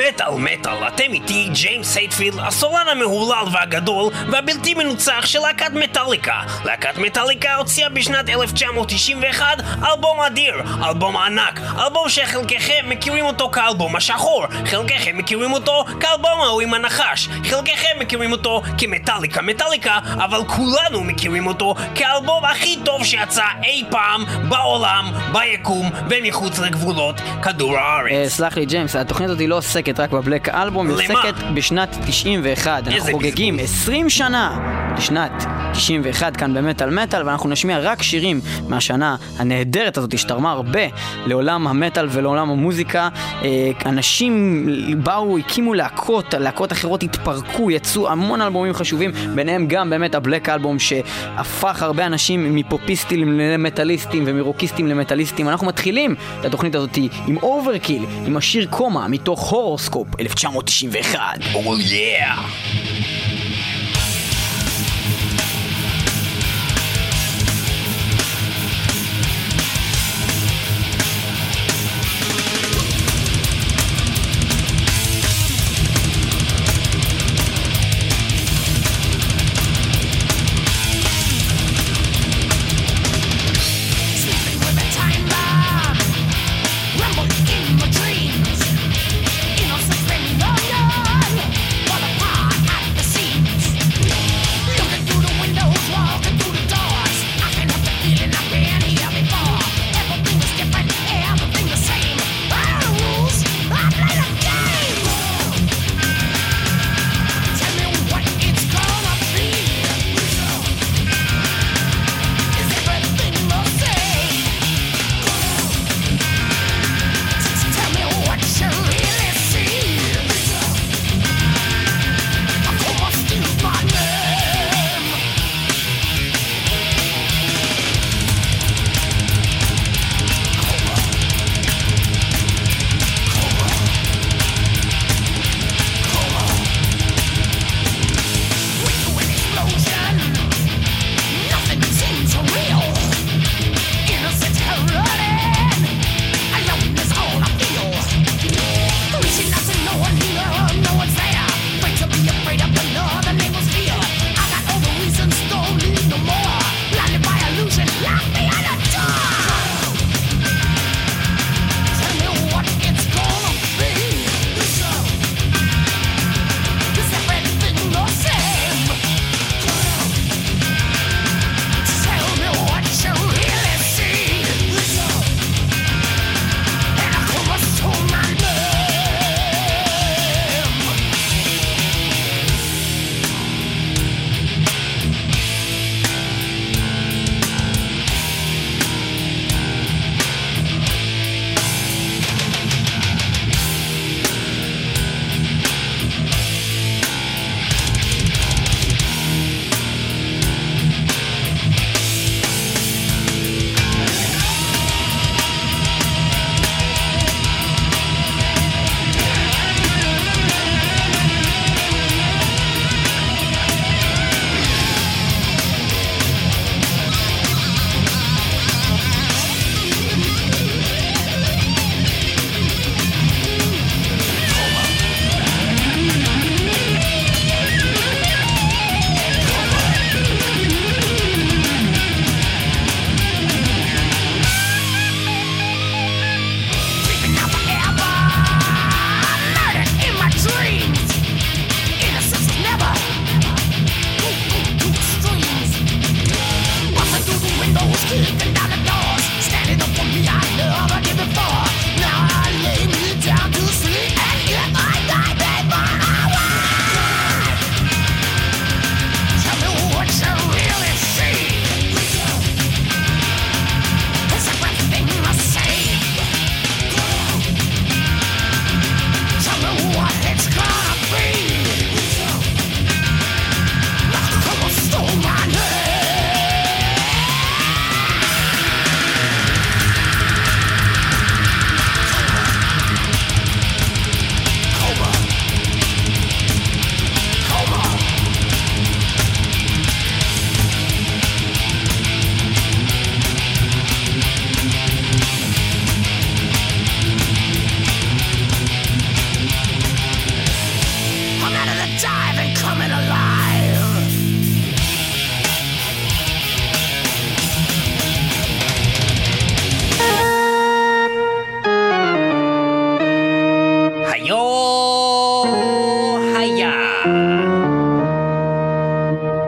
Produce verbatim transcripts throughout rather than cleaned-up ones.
מטל מטל, אתם איתי ג'יימס הייטפילד, הסולן המהולל והגדול והבלתי מנוצח של להקת מטליקה. להקת מטליקה הוציאה בשנת אלף תשע מאות תשעים ואחת אלבום אדיר, אלבום ענק, אלבום שחלקכם מכירים אותו כאלבום השחור, חלקכם מכירים אותו כאלבום ההוא עם הנחש, חלקכם מכירים אותו כמטליקה מטליקה, אבל כולנו מכירים אותו כאלבום הכי טוב שיצא אי פעם בעולם, ביקום ומחוץ לגבולות כדור הארץ. סלח לי ג'יימס, התוכנית הזאת לא עוסקת רק בבלק אלבום, היא עוסקת בשנת תשעים ואחת. אנחנו חוגגים עשרים שנה לשנת תשעים ואחת כאן במטל מטל, ואנחנו נשמיע רק שירים מהשנה הנהדרת הזאת, השתרמה הרבה לעולם המטל ולעולם המוזיקה. אנשים באו, הקימו להקות, להקות אחרות התפרקו, יצאו המון אלבומים חשובים, ביניהם גם באמת הבלק אלבום שהפך הרבה אנשים מפופיסטים למטליסטים ומרוקיסטים למטליסטים. אנחנו מתחילים את התוכנית הזאת עם אוברקיל, עם השיר קומה מתוך הורוסקופ אלף תשע מאות תשעים ואחת. Oh yeah! Dreams, innocent, no, no, what a part at the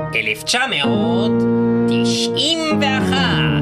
אלף תשע מאות תשעים ואחת.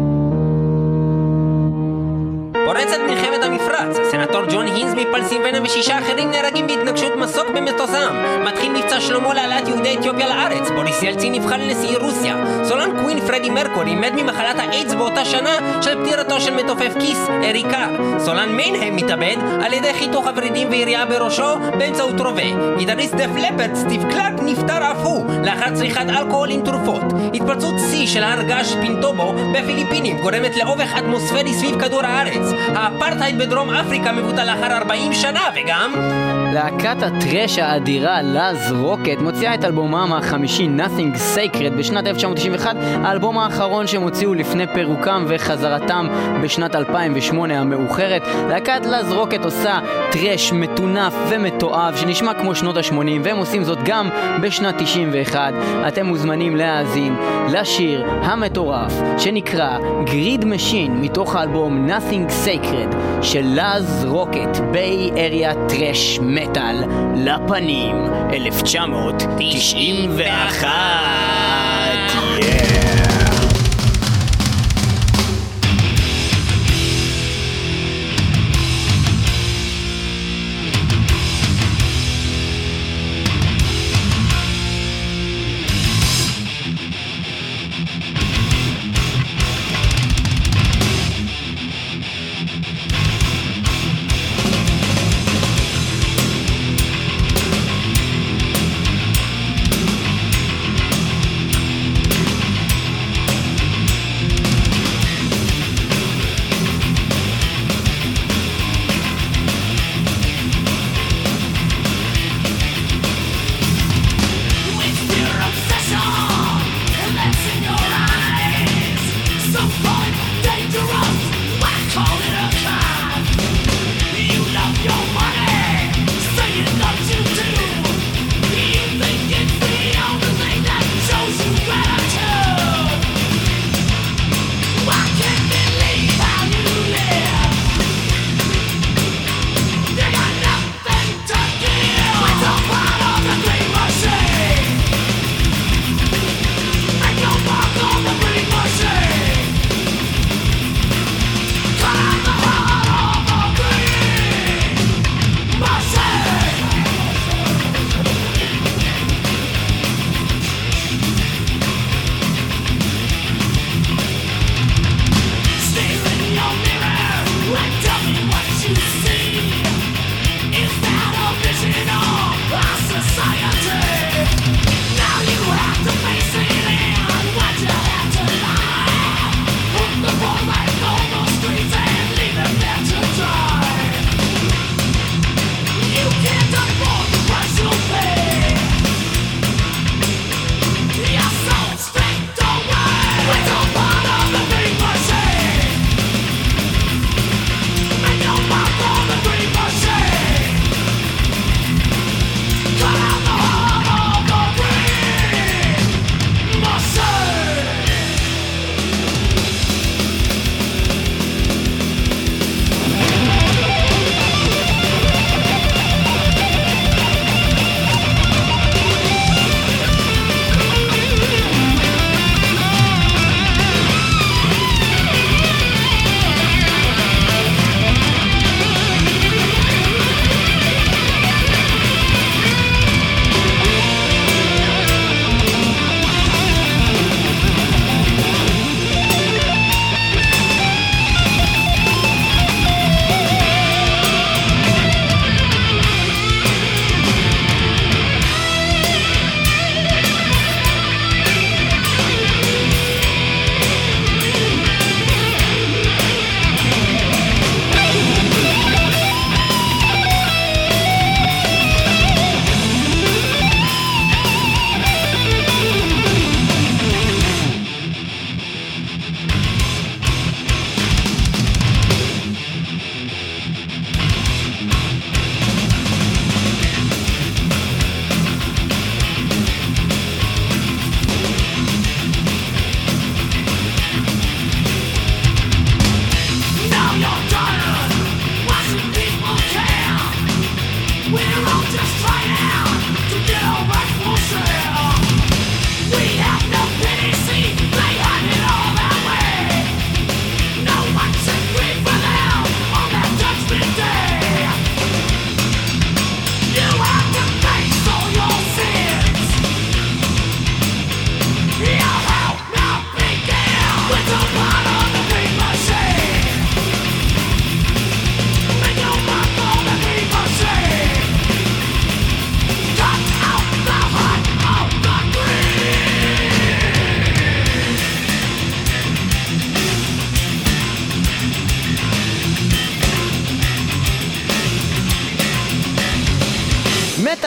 פורצת מלחמת המפרץ, הסנטור ג'ון הינס מפלסילבניה ושישה אחרים נהרגים בהתנגשות מסוק במטוסם. מתחיל מבצע שלמה להעלאת יהודי אתיופיה לארץ. בוריס ילצין נבחר לנשיא רוסיה. סולן קווין פרדי מרקורי מת ממחלת האיידס באותה שנה של פטירתו של מתופף כיס, אריק קאר. סולן מיינהם מתאבד על ידי חיתוך הוורידים ויריעה בראשו באמצעות רובה. גיטריסט דף לפרד סטיב קלארק נפטר אף הוא לאחר צריכת אלכוהול עם תרופות. התפרצות שיא של הר געש פינטובו בפיליפינים גורמת לאובך אטמוספרי סביב כדור הארץ. האפרטהייד בדרום אפריקה מבוטל לאחר ארבעים שנה, וגם להקת הטרש האדירה לאז רוקט מוציאה את אלבומם החמישי Nothing Sacred בשנת אלף תשע מאות תשעים ואחת, האלבום האחרון שהם הוציאו לפני פירוקם וחזרתם בשנת אלפיים ושמונה המאוחרת. להקת לאז רוקט עושה טרש מטונף ומתואב שנשמע כמו שנות ה-שמונים, והם עושים זאת גם בשנת תשעים ואחת. אתם מוזמנים להאזין לשיר המטורף שנקרא Greed Machine מתוך האלבום Nothing Sacred של לאז רוקט, ביי אריה טרש מטל לפנים, אלף תשע מאות תשעים ואחת.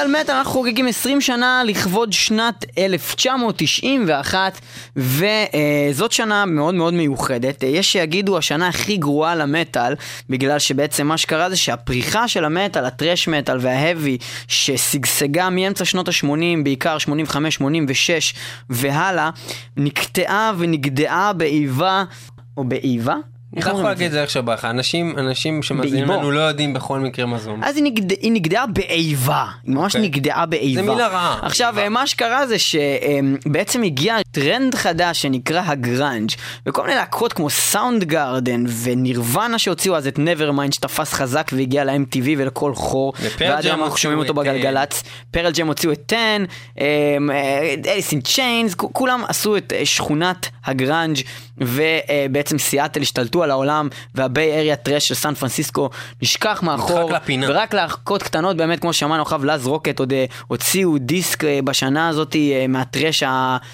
על מטל אנחנו חוגגים עשרים שנה לכבוד שנת אלף תשע מאות תשעים ואחת, וזאת שנה מאוד מאוד מיוחדת. יש שיגידו השנה הכי גרועה למטל, בגלל שבעצם מה שקרה זה שהפריחה של המטל, הטרש מטל וההבי, שסגסגה מאמצע שנות ה-שמונים, בעיקר שמונים וחמש שמונים ושש והלאה, נקטעה ונגדעה באיבה, או באיבה? אתה יכול להגיד את זה איך שבך, אנשים, אנשים שמזינים לנו לא יודעים בכל מקרה מזון. אז היא, נגד... היא נגדעה באיבה, היא ממש okay. נגדעה באיבה. זה מילה רעה. עכשיו, איבה. מה שקרה זה שבעצם הגיע טרנד חדש שנקרא הגרנג', וכל מיני להקות כמו סאונד גארדן ונירוונה שהוציאו אז את נברמיינד שתפס חזק והגיע ל-אם טי וי ולכל חור, ועד היום אנחנו שומעים אותו בגלגלץ. פרל ג'ם הוציאו את טן, אליס אין צ'יינס, כולם עשו את שכונת הגרנג', ובעצם סיאטל השתלטו על העולם, והביי אריה טרש של סן פרנסיסקו נשכח מאחור, ורק להקות קטנות באמת כמו שמענו אחר לאז רוקט עוד הוציאו דיסק בשנה הזאת מהטרש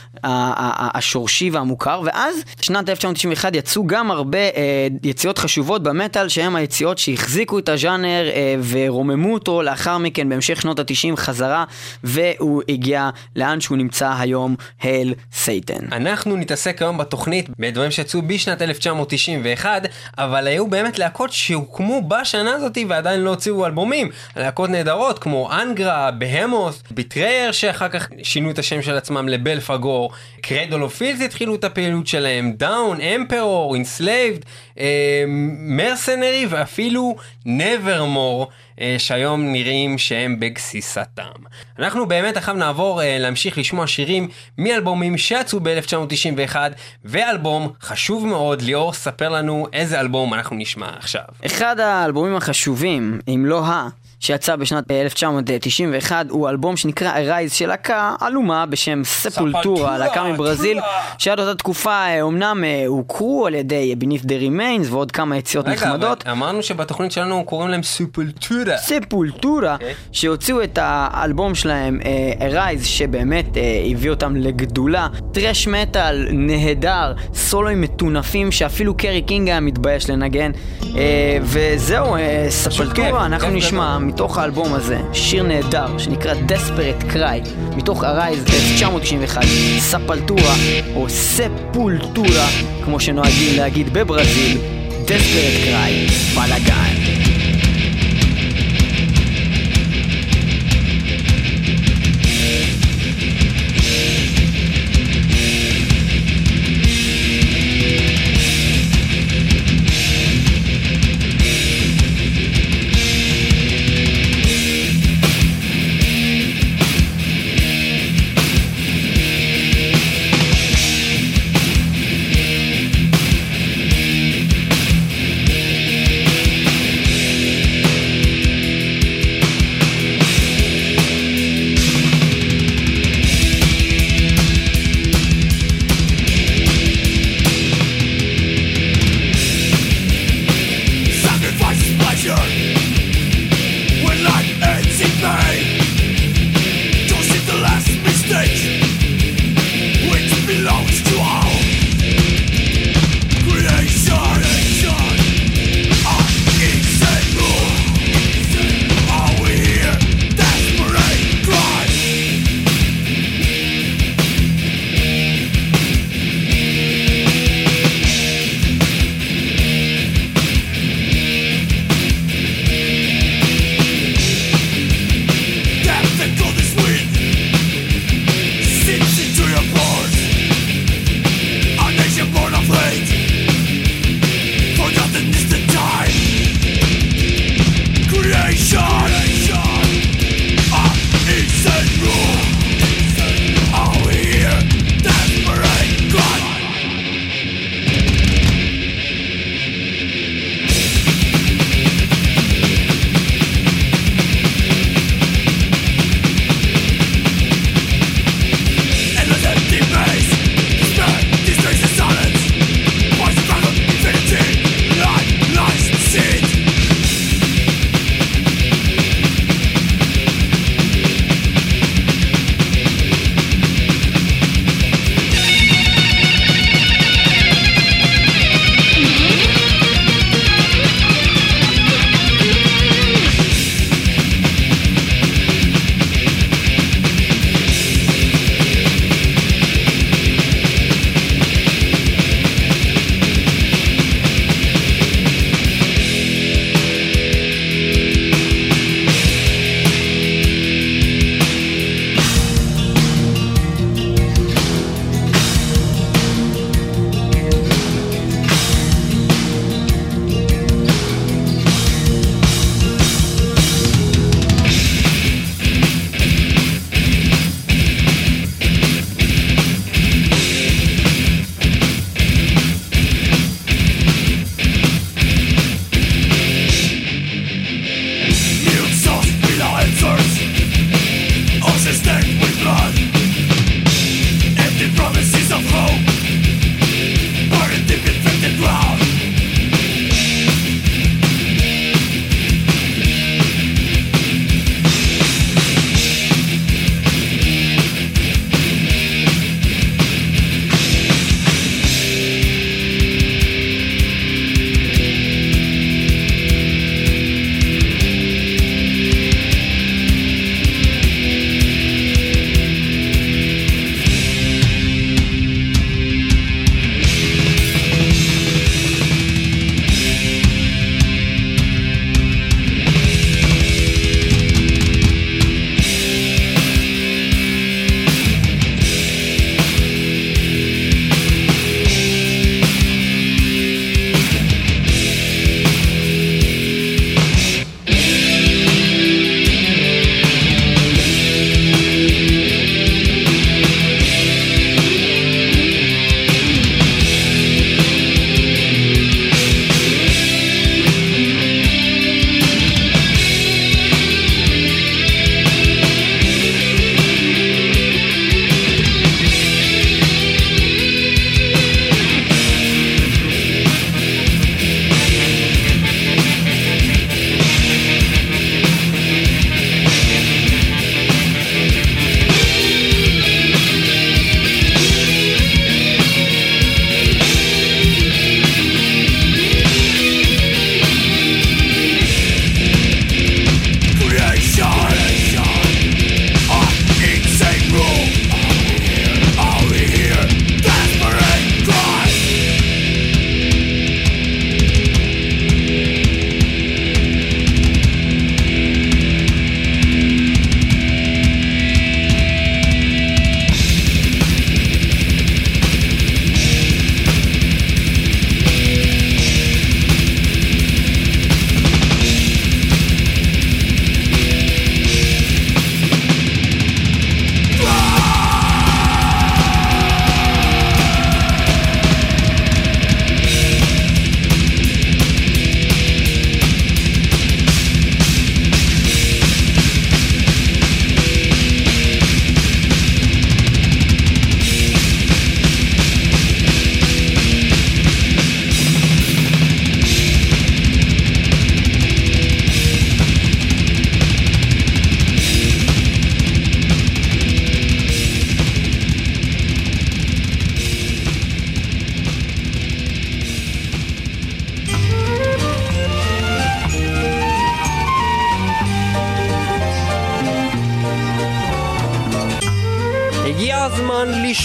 השורשי והמוכר. ואז שנת אלף תשע מאות תשעים ואחת יצאו גם הרבה יציאות חשובות במטל, שהם היציאות שהחזיקו את הז'אנר ורוממו אותו לאחר מכן בהמשך שנות ה-תשעים חזרה, והוא הגיע לאן שהוא נמצא היום, הייל סייטן. אנחנו נתעסק היום בתוכנית בדברים שיצאו בשנת אלף תשע מאות תשעים ואחת, אבל היו באמת להקות שהוקמו בשנה הזאת ועדיין לא הוציאו אלבומים. להקות נהדרות כמו אנגרה, בהמוס, ביטרייר שאחר כך שינו את השם של עצמם לבלפגור, קריידל אוף פילס התחילו את הפעילות שלהם, דאון, אמפרור, אינסלייבד, מרסנרי ואפילו נברמור, שהיום נראים שהם בגסיסתם. אנחנו באמת עכשיו נעבור להמשיך לשמוע שירים מאלבומים שיצאו ב-אלף תשע מאות תשעים ואחת, ואלבום חשוב מאוד. ליאור, ספר לנו איזה אלבום אנחנו נשמע עכשיו. אחד האלבומים החשובים, אם לא ה... שיצא בשנת אלף תשע מאות תשעים ואחת, הוא אלבום שנקרא Arise של להקה אלומה בשם ספולטורה, להקה מברזיל, שעד אותה תקופה אומנם הוכרו על ידי Beneath the Remains ועוד כמה יציאות נחמדות. רגע, אמרנו שבתוכנית שלנו קוראים להם ספולטורה. ספולטורה, שהוציאו את האלבום שלהם Arise, שבאמת הביא אותם לגדולה, טרש מטל נהדר, סולוים מטונפים שאפילו קרי קינג היה מתבייש לנגן. וזהו, ספולטורה, אנחנו נשמע מתוך האלבום הזה שיר נהדר שנקרא Desperate Cry מתוך Arise אלף תשע מאות תשעים ואחת, ספולטורה או ספולטורה כמו שנוהגים להגיד בברזיל, Desperate Cry, בלגן.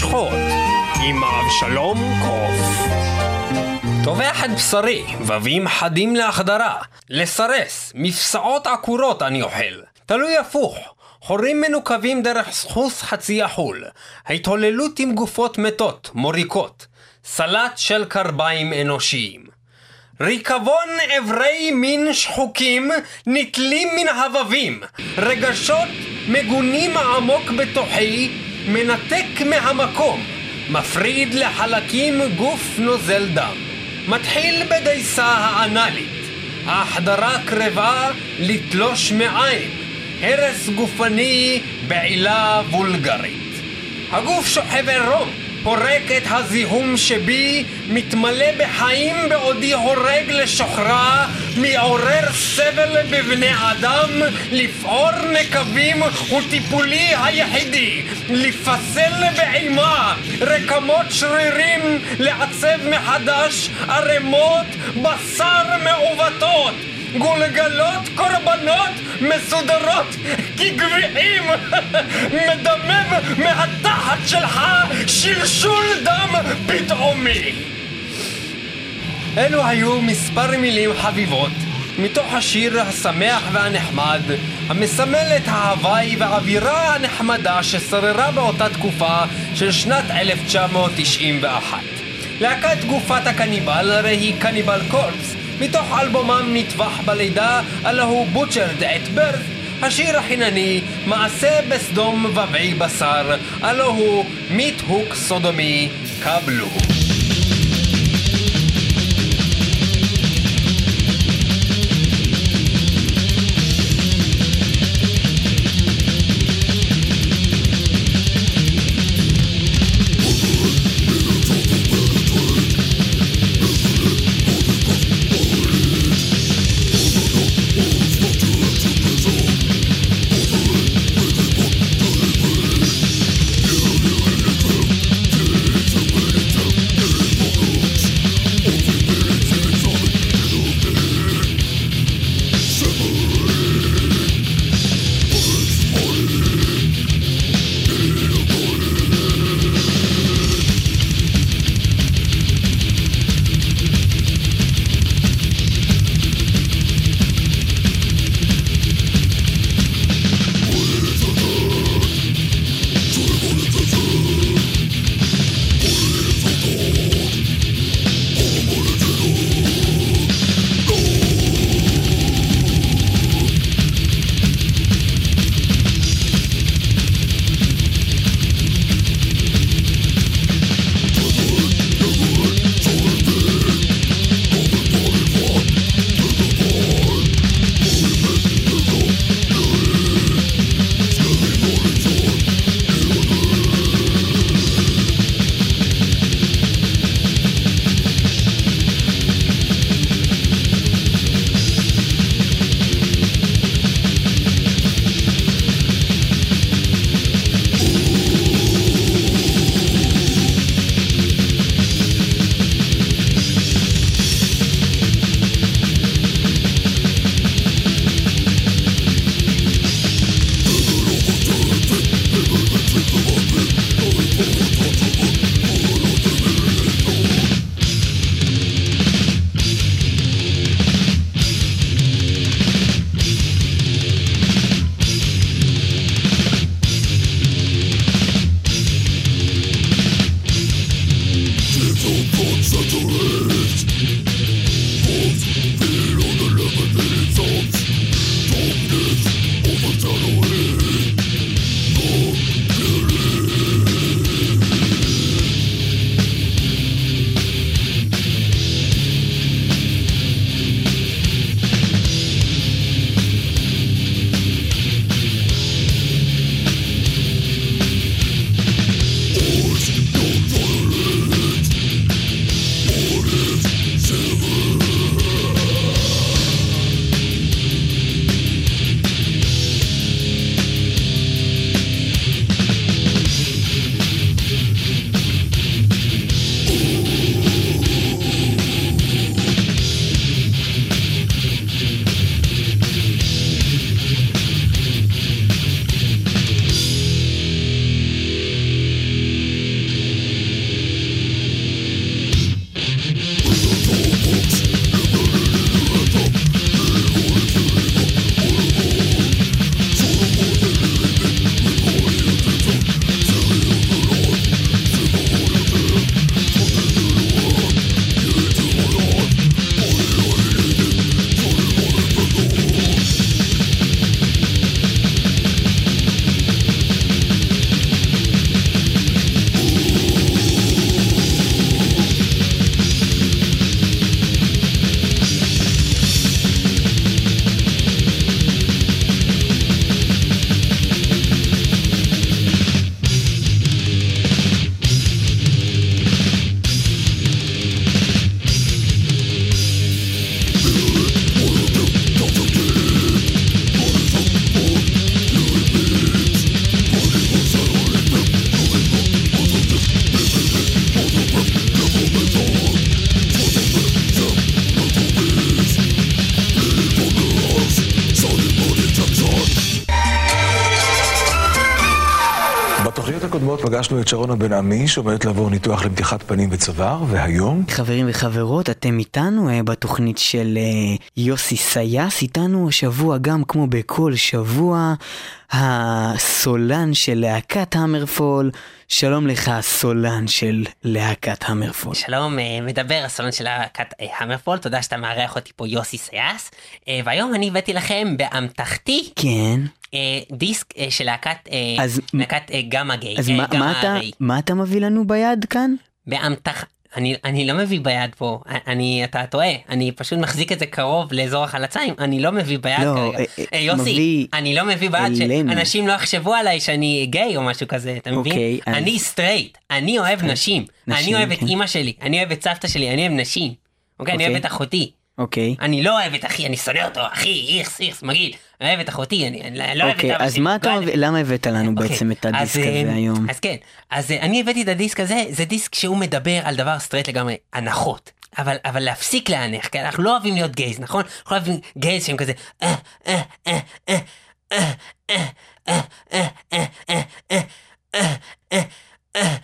מושכות עם אבשלום קוף. טובח את בשרי, ווים חדים להחדרה, לסרס, מפסעות עקורות אני אוכל. תלוי הפוך, חורים מנוקבים דרך סחוס חצי החול, ההתהוללות עם גופות מתות, מוריקות, סלט של קרביים אנושיים. ריקבון עברי מין שחוקים נטלים מן הבבים, רגשות מגונים עמוק בתוכי, מנתק מהמקום, מפריד לחלקים גוף נוזל דם. מתחיל בדייסה האנלית, ההחדרה קרבה לתלוש מעיים, הרס גופני בעילה וולגרית. הגוף שוכב ערום, פורק את הזיהום שבי, מתמלא בחיים בעודי הורג לשוחרה, מעורר סבל בבני אדם, לפעור נקבים הוא טיפולי היחידי, לפסל בעימה רקמות שרירים, לעצב מחדש ערמות בשר מעובתות, גולגלות קורבנות מסודרות כגביעים, מדמם מהתחת שלך שלשול דם פתאומי. אלו היו מספר מילים חביבות מתוך השיר השמח והנחמד, המסמל את ההוואי והאווירה הנחמדה ששררה באותה תקופה של שנת אלף תשע מאות תשעים ואחת. להקת גופת הקניבל הרי היא קניבל קורפס, מתוך אלבומם נטבח בלידה, הלהו בוטשרד את ברת', השיר החינני מעשה בסדום ובעי בשר, הלהו מיט הוק סודומי קבלו. האחרונות פגשנו את שרונה בן עמי, שעומדת לעבור ניתוח למתיחת פנים וצוואר, והיום... חברים וחברות, אתם איתנו אה, בתוכנית של אה, יוסי סייס, איתנו השבוע גם כמו בכל שבוע, הסולן של להקת המרפול. שלום לך, הסולן של להקת המרפול. שלום, מדבר הסולן של להקת המרפול, תודה שאתה מארח אותי פה יוסי סייס, והיום אני הבאתי לכם באמתחתי כן דיסק של להקת להקת גמא גיי. אז מה, מה, אתה, מה אתה מביא לנו ביד כאן? באמתח... אני, אני לא מביא ביד פה, אני, אתה טועה, אני פשוט מחזיק את זה קרוב לאזור החלציים, אני לא מביא ביד לא, כרגע. אה, אה, יוסי, מביא אני לא מביא ביד אלינו. שאנשים לא יחשבו עליי שאני גיי או משהו כזה, אתה מבין? אוקיי, אז... אני סטרייט, אני אוהב נשים, נשים, אני אוהב כן. את אמא שלי, אני אוהב את סבתא שלי, אני אוהב נשים, אוקיי, אני אוקיי. אוהב את אחותי. אוקיי. אני לא אוהב את אחי, אני שונא אותו, אחי, איכס, איכס, מגעיל. אני אוהב את אחותי, אני אני לא אוהב את אוקיי, אבא אז שלי. מה אתה לא מביא, למה הבאת לנו אוקיי, בעצם את הדיסק אז, הזה אה, היום? אז כן, אז אה, אני הבאתי את הדיסק הזה, זה דיסק שהוא מדבר על דבר סטרייט לגמרי, הנחות. אבל, אבל להפסיק להנח, כי אנחנו לא אוהבים להיות גייז, נכון? אנחנו לא אוהבים גייז שהם כזה, אה, אה, אה, אה, אה, אה, אה, אה, אה, אה, אה, אה, אה,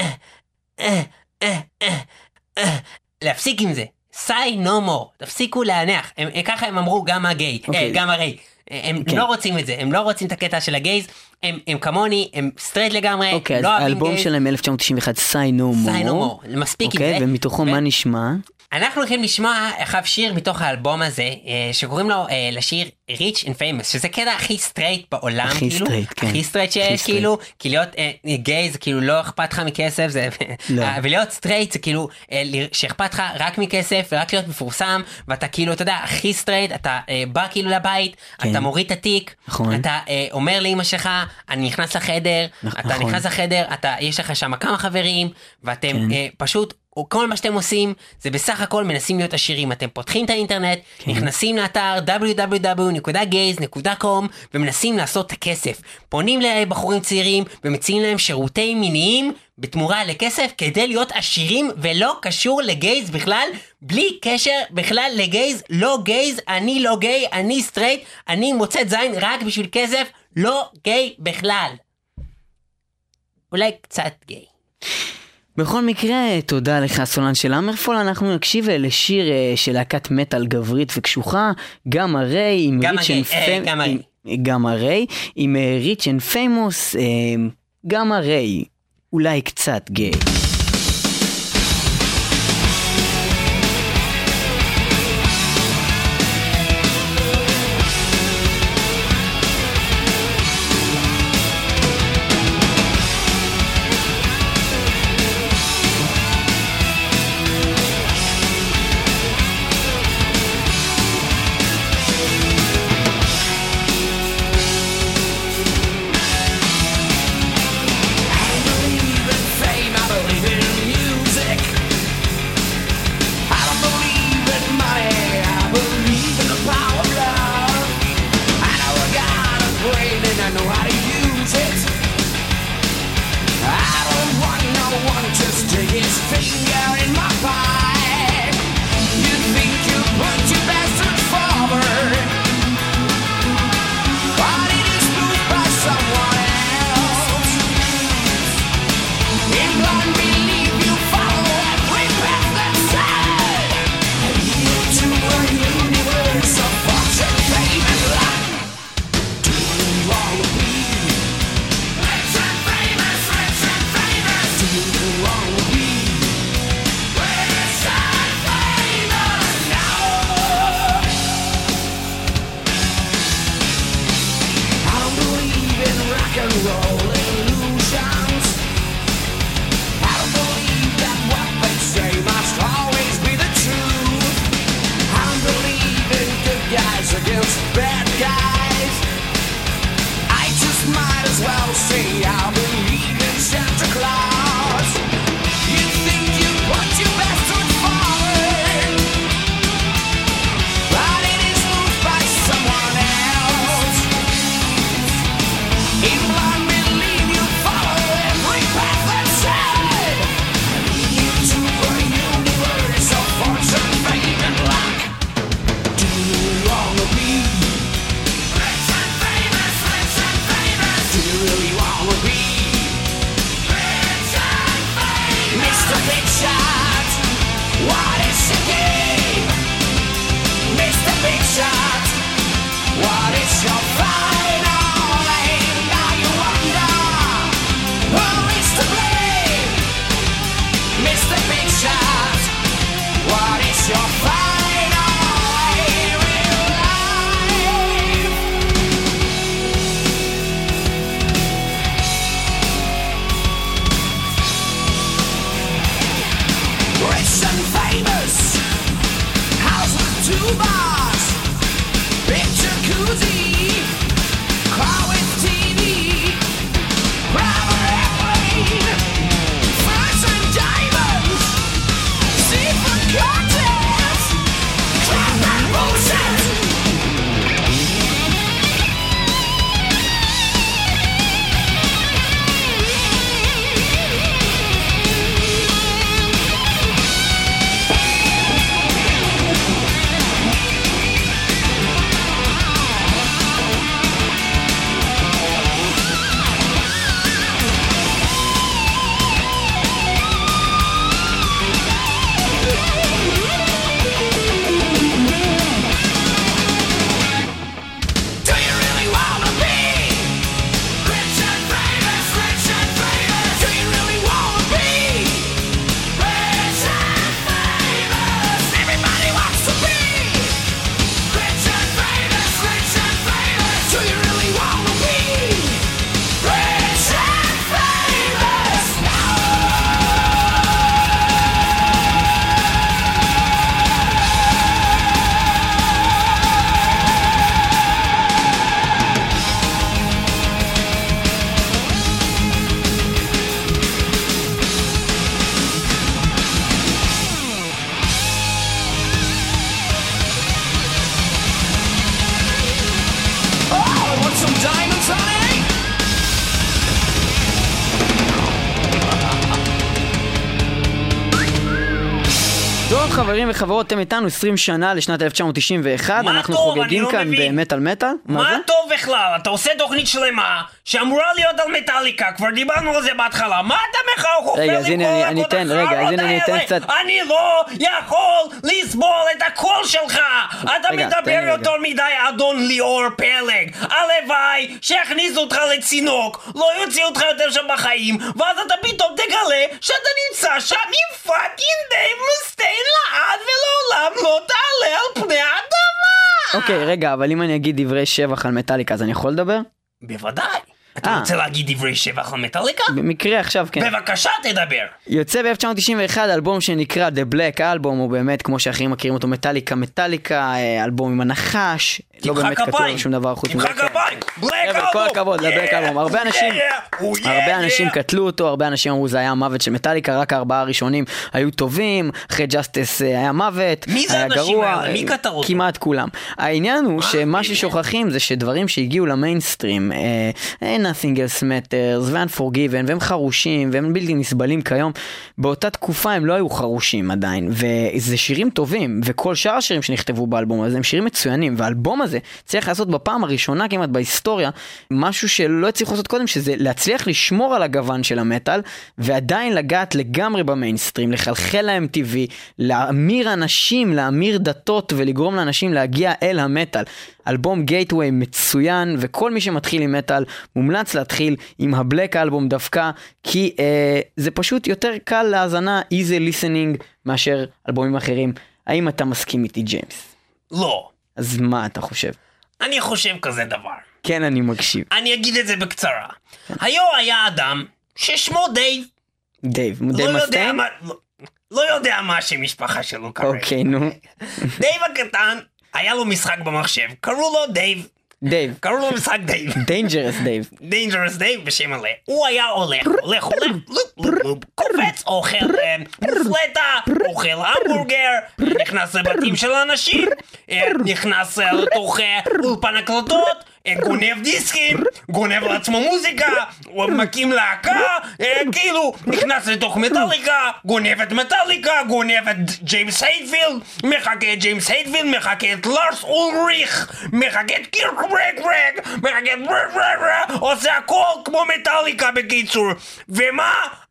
אה, אה, אה, להפסיק עם זה. say no more, תפסיקו להנח. הם, ככה הם אמרו גם הגיי, גם הרי. הם לא רוצים את זה, הם לא רוצים את הקטע של הגייז, הם, הם כמוני, הם סטרייט לגמרי, אוקיי, לא אז אוהבים האלבום גייז. שלהם אלף תשע מאות תשעים ואחת, say no more. say no more, מספיק עם אוקיי, זה. ומתוכו ו- מה נשמע? אנחנו הולכים לשמוע עכשיו שיר מתוך האלבום הזה, שקוראים לו לשיר Rich and Famous, שזה קטע הכי סטרייט בעולם, הכי כאילו, סטרייט, כן. הכי סטרייט שיש, כאילו, כי להיות גיי זה כאילו לא אכפת לך מכסף, זה, לא. ולהיות סטרייט זה כאילו שאכפת לך רק מכסף, ורק להיות מפורסם, ואתה כאילו, אתה יודע, הכי סטרייט, אתה בא כאילו לבית, כן. אתה מוריד את התיק, נכון. אתה אומר לאמא שלך, אני נכנס לחדר, נכון. אתה נכנס לחדר, אתה, יש לך שם כמה חברים, ואתם כן. פשוט, או כל מה שאתם עושים, זה בסך הכל מנסים להיות עשירים. אתם פותחים את האינטרנט, כן. נכנסים לאתר דאבליו דאבליו דאבליו נקודה גייז נקודה קום, ומנסים לעשות את הכסף. פונים לבחורים צעירים, ומציעים להם שירותי מיניים, בתמורה לכסף, כדי להיות עשירים, ולא קשור לגייז בכלל, בלי קשר בכלל לגייז, לא גייז, אני לא גיי, אני סטרייט, אני מוצאת זין רק בשביל כסף, לא גיי בכלל. אולי קצת גיי. בכל מקרה, תודה לך סולן של המרפול, אנחנו נקשיב לשיר של להקת מטל גברית וקשוחה, גמא ריי עם ריץ' אנד פיימוס, גמא ריי עם ריץ' אנד פיימוס, גמא ריי, אולי קצת גיי. I believe Mister Big Shot, what is your game? Mister Big Shot, what is your final aim? Now you wonder who is to blame. Mister Big Shot, what is your final aim in life? Rich and famous, house with two bars, big jacuzzi, car with T V, private airplane, furs and diamonds, seafood cocktails, club and bullshit. Do you really wanna be rich and famous, rich and famous? Do you really wanna be rich and famous? Everybody wants to be rich and famous, rich and famous. Do you really wanna be rich and famous now? Oh, want some diamonds, honey? טוב חברים וחברות, אתם איתנו עשרים שנה לשנת אלף תשע מאות תשעים ואחת. מה אנחנו טוב? אני חוגגים לא כאן מבין. במטל מטל. מה טוב בכלל? אתה עושה תוכנית שלמה שאמורה להיות על מטאליקה, כבר דיברנו על זה בהתחלה. מה אתה מחר רגע, חופר אז לי הנה, כל אני- אני הקוד אתן- רגע, אז החרות הנה, אני אתן האלה? קצת- אני לא יכול לסבול את הקול שלך. אתה רגע, תן לי מדבר רגע. יותר מדי אדון ליאור פלג. הלוואי שיכניסו אותך לצינוק, לא יוציאו אותך יותר שם בחיים, ואז אתה פתאום תגלה שאתה נמצא שם עם פאקינג דייב מסטיין לעד ולעולם לא תעלה על פני האדמה. אוקיי, רגע, אבל אם אני אגיד דברי שבח על מטאליקה, אז אני יכול לדבר? בוודאי. אתה אה. רוצה להגיד דברי שבח על מטאליקה? במקרה עכשיו, כן. בבקשה תדבר. יוצא ב-אלף תשע מאות תשעים ואחת אלבום שנקרא The Black Album, הוא באמת, כמו שאחרים מכירים אותו, מטאליקה, מטאליקה, אה, אלבום עם הנחש, לא תמחא באמת כתוב כפיים. על שום דבר חוץ תמחא מזה. כפיים. בלק חבר'ה, כל הכבוד לבלק אלבום. הרבה אנשים, הרבה אנשים קטלו אותו, הרבה אנשים אמרו זה היה המוות של מטאליקה, רק הארבעה הראשונים היו טובים, אחרי ג'סטיס היה מוות, מי זה היה האנשים גרוע, האלה? מי קטל אותו? כמעט כולם. העניין הוא שמה ששוכחים זה שדברים שהגיעו למיינסטרים, אה, אה, Nothing Else Matters ו-Unforgiven, והם חרושים והם בלתי נסבלים כיום, באותה תקופה הם לא היו חרושים עדיין, וזה שירים טובים, וכל שאר השירים שנכתבו באלבום הזה הם שירים מצוינים, והאלבום הזה צריך לעשות בפעם הראשונה כמעט בהיסטוריה משהו שלא הצליחו לעשות קודם, שזה להצליח לשמור על הגוון של המטל ועדיין לגעת לגמרי במיינסטרים, לחלחל ל-אם טי וי, להמיר אנשים, להמיר דתות ולגרום לאנשים להגיע אל המטל. אלבום גייטווי מצוין, וכל מי שמתחיל עם מטל מומלץ להתחיל עם הבלק אלבום דווקא, כי אה, זה פשוט יותר קל להאזנה, easy listening מאשר אלבומים אחרים. האם אתה מסכים איתי, ג'יימס? לא. אז מה אתה חושב? אני חושב כזה דבר. כן, אני מקשיב. אני אגיד את זה בקצרה. היו היה אדם ששמו דייב. דייב, לא דייב יודע מסטיין? מה... לא- לא יודע מה השם משפחה שלו כרגע. אוקיי, נו. דייב הקטן, היה לו משחק במחשב, קראו לו דייב. דייב. קראו לו משחק דייב. Dangerous דייב. Dangerous דייב בשם מלא. הוא היה הולך, הולך, הולך, לופ, לופ, לופ, קופץ, אוכל אה, מופלטה, אוכל המבורגר, נכנס לבתים של אנשים, אה, נכנס אה, לתוך אה, אולפן הקלטות, אה, גונב דיסקים, גונב לעצמו מוזיקה, הוא מקים להקה, אה, כאילו נכנס לתוך מטאליקה, גונב את מטאליקה, גונב את ג'יימס הייטפילד, מחכה את ג'יימס הייטפילד, מחכה את לארס אולריך, מחכה את קירק רג רג, מחכה את רג רג רג, עושה הכל כמו מטאליקה בקיצור. ומה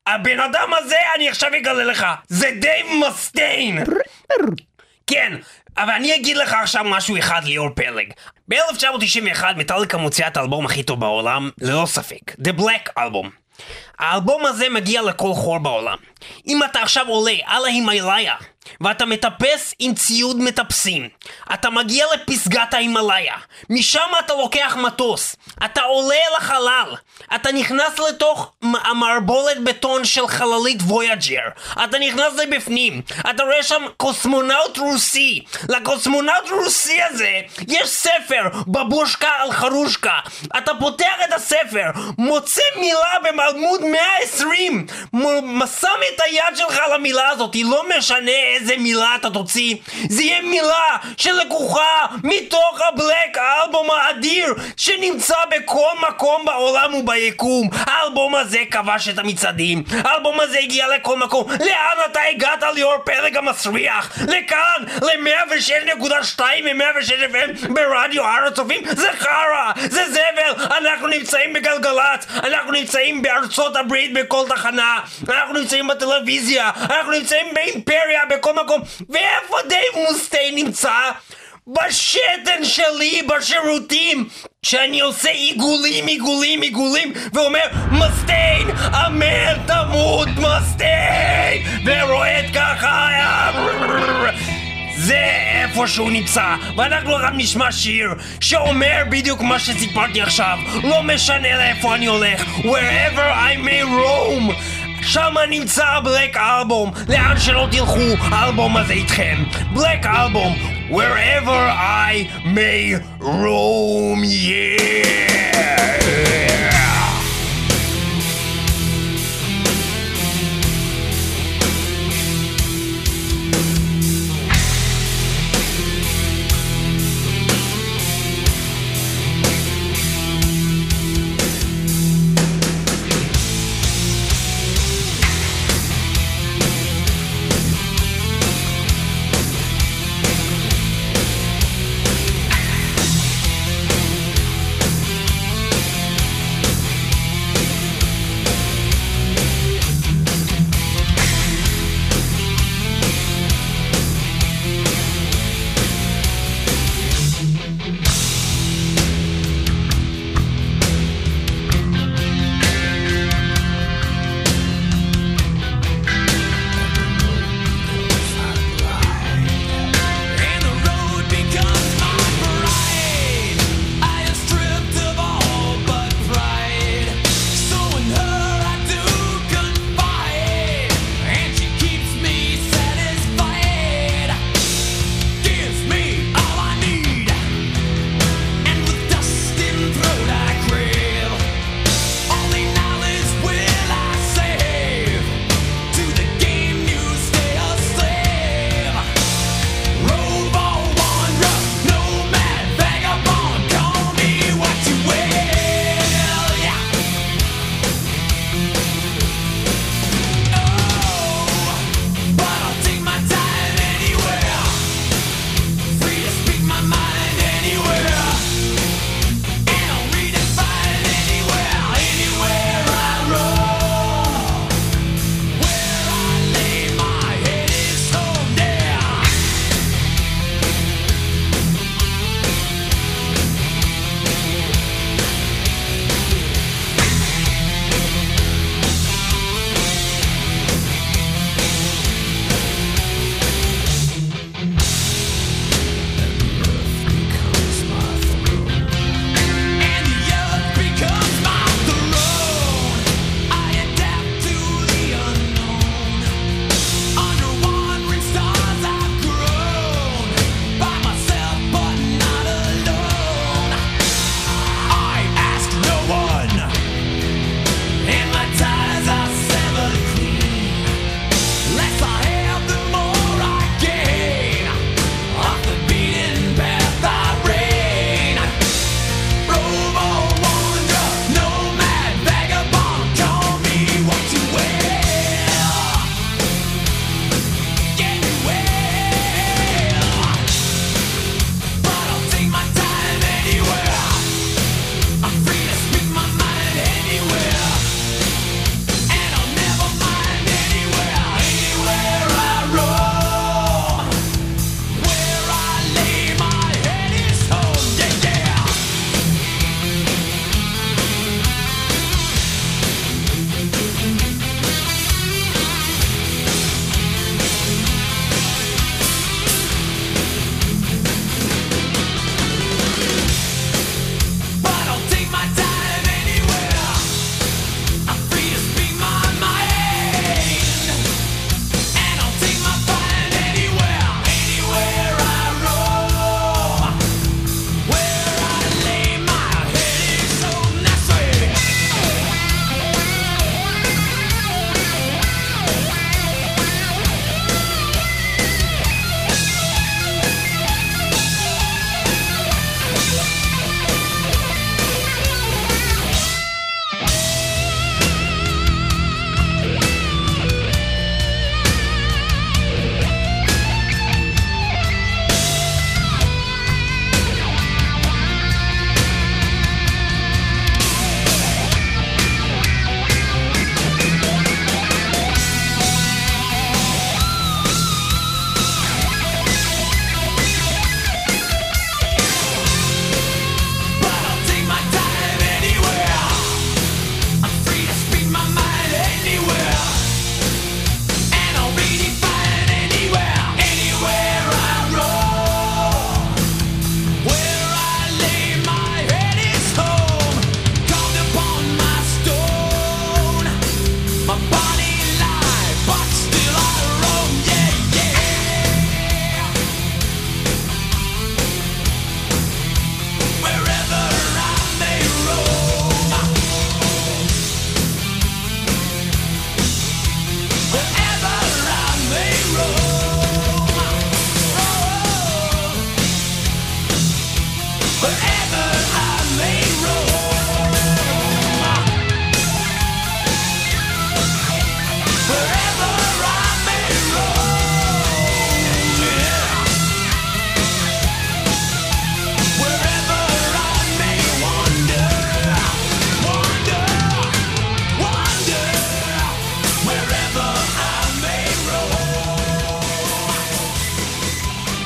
הבן אדם הזה, אני עכשיו אגלה לך, זה דייב מסטיין. כן, אבל אני אגיד לך עכשיו משהו אחד, ליאור פלג. ב-אלף תשע מאות תשעים ואחת מטאליקה מוציאה את האלבום הכי טוב בעולם, ללא ספק, The Black Album. האלבום הזה מגיע לכל חור בעולם. אם אתה עכשיו עולה על ההימאליה ואתה מטפס עם ציוד מטפסים, אתה מגיע לפסגת ההימאליה, משם אתה לוקח מטוס, אתה עולה לחלל, אתה נכנס לתוך המערבולת בטון של חללית וויאג'ר, אתה נכנס לבפנים, אתה רואה שם קוסמונאוט רוסי. לקוסמונאוט רוסי הזה יש ספר בבושקה על חרושקה. אתה פותח את הספר, מוצא מילה בעמוד מאה ועשרים, שם את היד שלך על המילה הזאת, לא משנה איזה מילה אתה תוציא, זה יהיה מילה שלקוחה מתוך הבלק האלבום האדיר שנמצא בכל מקום בעולם וביקום. האלבום הזה כבש את המצעדים, האלבום הזה הגיע לכל מקום. לאן אתה הגעת, ליאור פלג המסריח? לכאן, ל-מאה ושש נקודה שתיים ו-מאה ושש אף אם ברדיו הר הצופים? זה חרה, זה זבל. אנחנו נמצאים בגלגלת, אנחנו נמצאים בארצות הברית בכל תחנה, אנחנו נמצאים בטלוויזיה, אנחנו נמצאים באימפריה בכל מקום. ואיפה דייב מסטיין נמצא? בשתן שלי בשירותים, שאני עושה עיגולים עיגולים עיגולים ואומר מסטיין אמן תמות מסטיין, ורועד ככה. זה איפה שהוא נמצא. ואנחנו גם נשמע שיר שאומר בדיוק מה שסיפרתי עכשיו, לא משנה לאיפה אני הולך, wherever I may roam, שם נמצא הבלק אלבום. לאן שלא תלכו, האלבום הזה איתכם. בלק אלבום, wherever I may roam, yeah.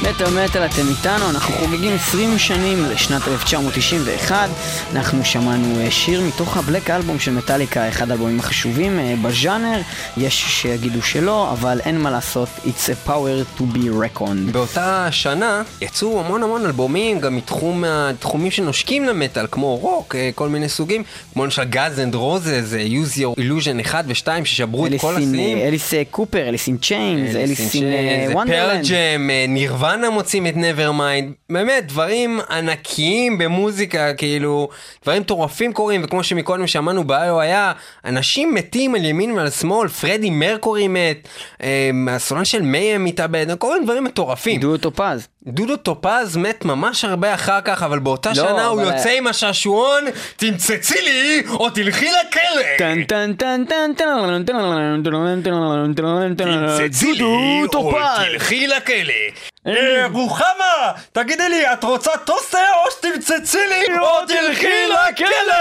מטל מטל, אתם איתנו, אנחנו חוגגים עשרים שנים לשנת אלף תשע מאות תשעים ואחת. אנחנו שמענו שיר מתוך הבלק אלבום של מטאליקה, אחד האלבומים החשובים בז'אנר, יש שיגידו שלא, אבל אין מה לעשות, it's a power to be reckoned. באותה שנה יצאו המון המון אלבומים, גם מתחום התחומים שנושקים למטל, כמו רוק, כל מיני סוגים, כמו למשל גאז אנד רוזז, Use Your Illusion אחד ושתיים, ששברו את כל השיאים. אליס קופר, אליס אין צ'יינס, אליס אין וונדרלנד. פרל ג'ם, נירוונה מוצאים את Nevermind, באמת דברים ענקיים במוזיקה, כאילו דברים טורפים קורים, וכמו שמקודם שמענו באיו היה, אנשים מתים על ימין ועל שמאל, פרדי מרקורי מת, הסולן של מיים מתאבד, כל מיני דברים מטורפים. דודו טופז. דודו טופז מת ממש הרבה אחר כך, אבל באותה שנה הוא יוצא עם השעשועון, תמצצי לי או תלכי לכלא. טן טן טן טן טן טן תמצצי לי או תלכי לכלא. רוחמה, תגידי לי, את רוצה טוסטר או שתמצצי לי או תלכי לכלא?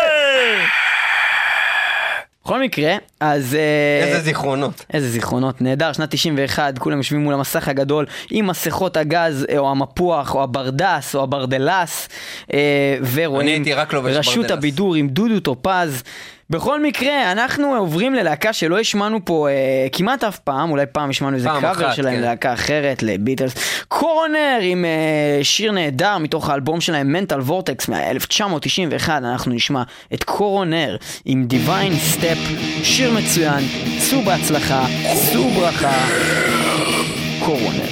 בכל מקרה, אז... איזה זיכרונות. איזה זיכרונות, נהדר, שנת תשעים ואחת, כולם יושבים מול המסך הגדול, עם מסכות הגז, או המפוח, או הברדס, או הברדלס, ורואים רשות הבידור עם דודו טופז. בכל מקרה, אנחנו עוברים ללהקה שלא השמענו פה אה, כמעט אף פעם, אולי פעם השמענו איזה קאבר שלהם, כן. ללהקה אחרת, לביטלס. קורונר עם אה, שיר נהדר מתוך האלבום שלהם, מנטל וורטקס מ-אלף תשע מאות תשעים ואחת, אנחנו נשמע את קורונר עם Divine Step, שיר מצוין, צאו בהצלחה, צאו ברכה, קורונר.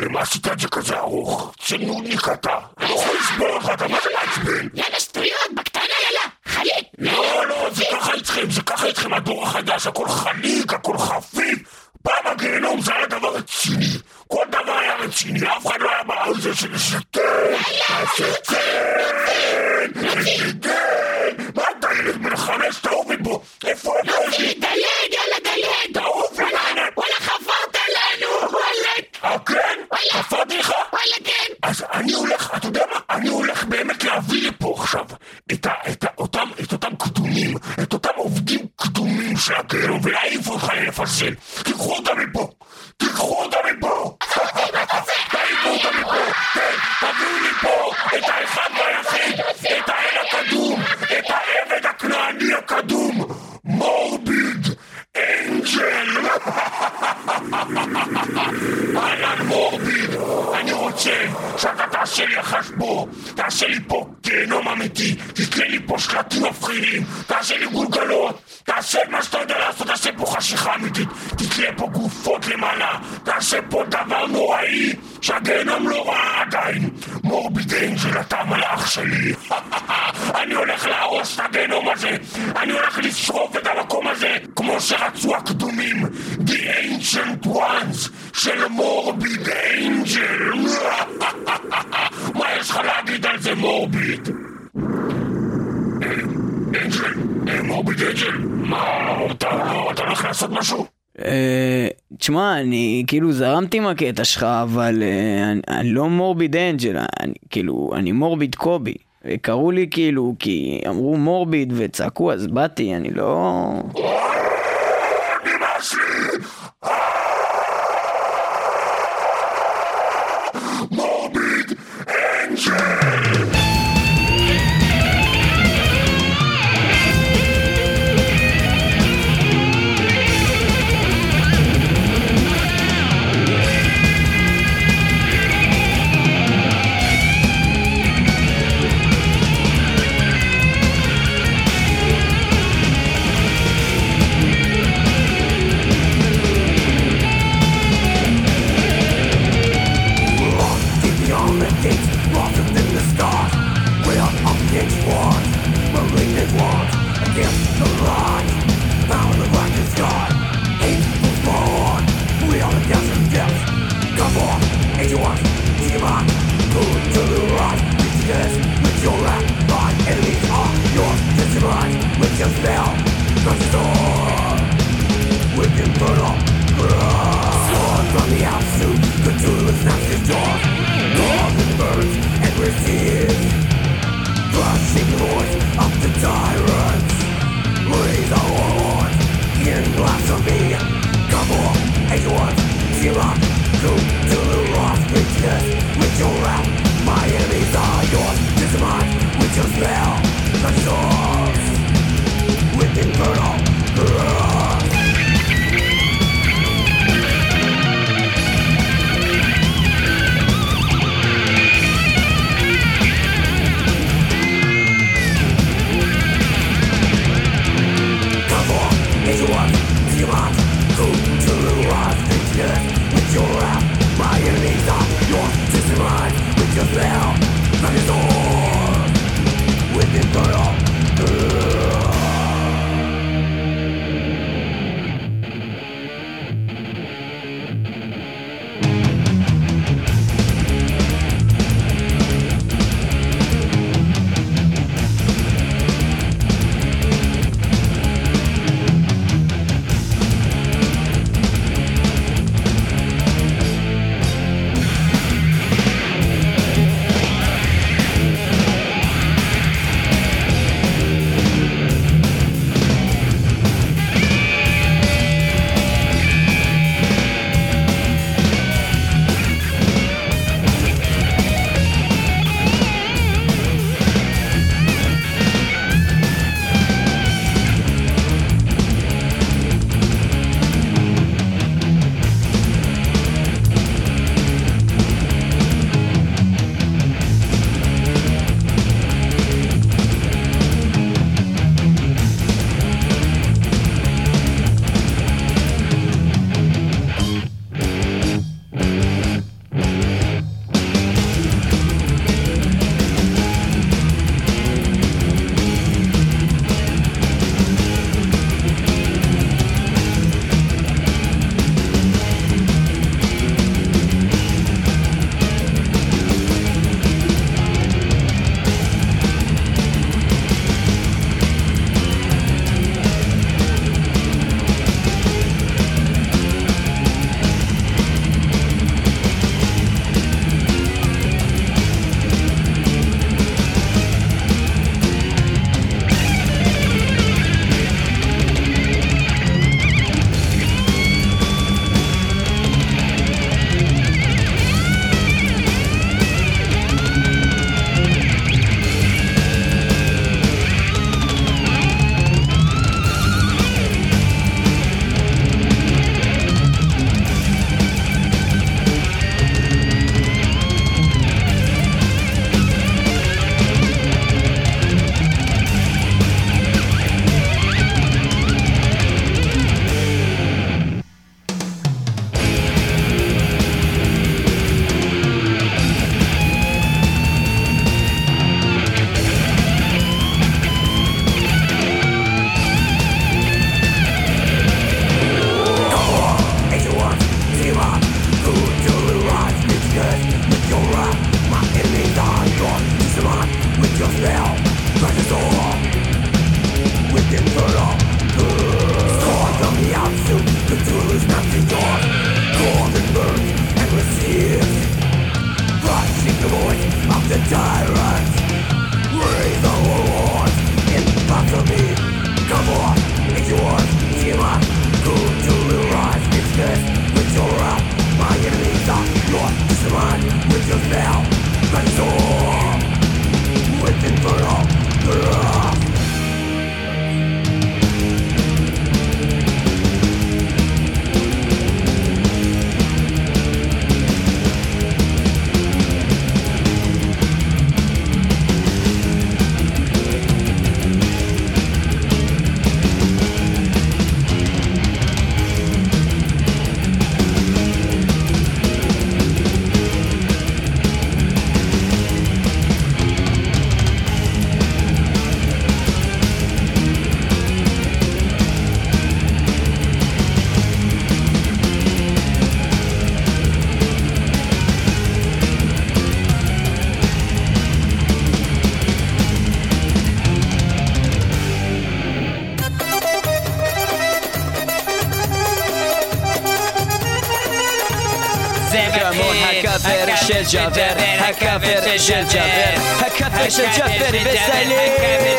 למה עשית את זה כזה ארוך? צנוניק אתה. אני לא יכול לסבור לך, אתה מה זה מעצבן? יאללה שטויות, בקטנה יאללה, חליק. לא, לא, זה ככה איתכם, זה ככה איתכם הדור החדש, הכל חליק, הכל חפיף. פעם הגיהנום זה היה דבר רציני. כל דבר היה רציני, אף אחד לא היה בעל זה של שתן. שתן, שתן. מה אתה ילד בן חמש, תעוף מפה? איפה אתה? דלג, יאללה דלג. תעוף לנו. וואלה חפרת לנו, וואלה. כן? חפרתי לך? וואלה כן. אז אני הולך, אתה יודע מה? אני הולך באמת להביא לפה עכשיו את אותם, את אותם קדומים, את אותם עובדים קדומים של הגיהנום ולהעיף אותך לפסל. תיקחו אותם מפה. תיקחו אותם מפה. תעיפו אותם מפה. כן, תביאו לי פה את האחד והיחיד, את האל הקדום, את העבד הכנעני הקדום, מורביד אנג'ל. אהלן מורביד, אני רוצה שאתה תעשה לי החשבו, תעשה לי פה גיהנום אמיתי, תתלה לי פה שלטים מפחידים, תעשה לי גולגלות, תעשה מה שאתה יודע לעשות, תעשה פה חשיכה אמיתית, תתלה פה גופות למעלה, תעשה פה דבר נוראי שהגיהנום לא ראה עדיין. מורביד אנג'ל, אתה המלאך שלי. אני הולך להרוס את הגיהנום הזה, אני הולך לשרוף את המקום הזה כמו שרצו הקדומים, The Ancient Ones של מורביד אנג'ל. מה יש לך להגיד על זה מורביד? אנג'ל, מורביד אנג'ל, מה, אתה הולך לעשות משהו? תשמע, אני כאילו זרמתי עם הקטע שלך, אבל אני לא מורביד אנג'ל, כאילו, אני מורביד קובי. קראו לי כאילו, כי אמרו מורביד וצעקו, אז באתי, אני לא... נמאס לי! מורביד אנג'ל! My enemies are yours, this is mine. הכפר של ג'אבר, הכפר של ג'אבר, הכפר של ג'אבר וסלים.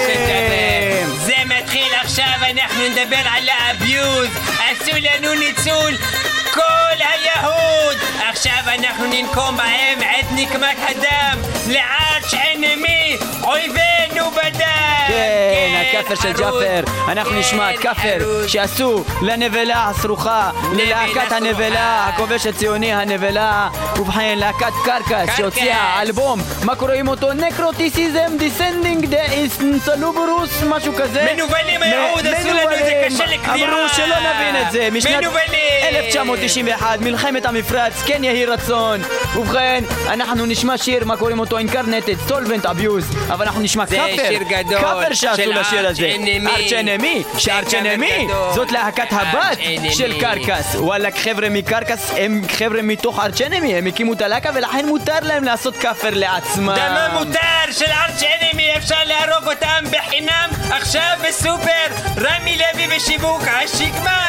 זה מתחיל עכשיו, אנחנו נדבר על האביוז, עשו לנו ניצול כל היהוד. עכשיו אנחנו ננקום בהם את נקמת הדם, לארץ' אנמי, אויבינו בדם. כן, הכפר של ג'אפר. אנחנו נשמע כפר שעשו לנבלה הסרוכה, ללהקת הנבלה, הכובש הציוני הנבלה. ובכן, להקת קרקס שהוציאה אלבום, מה קוראים אותו? נקרוטיסיזם דיסנדינג דה אינסלוברוס, משהו כזה. מנובלים היהוד, עשו לנו את זה קשה לקריאה. אמרו שלא נבין את זה. משנת אלף תשע מאות תשעים ואחת, מלחמת המפרץ, כן יהי רצון. ובכן, אנחנו נשמע שיר, מה קוראים אותו? Incarnated Solvent Abuse. אבל אנחנו נשמע כפר, כפר שעשו לשיר הזה, ארץ' אנמי, שארץ' אנמי זאת להקת הבת של קרקס. וואלק, חבר'ה מקרקס הם חבר'ה מתוך ארץ' אנמי, הם הקימו את הלהקה ולכן מותר להם לעשות כפר לעצמם. דמה מותר של ארץ' אנמי, אפשר להרוג אותם בחינם עכשיו בסופר רמי לוי בשיווק השקמה.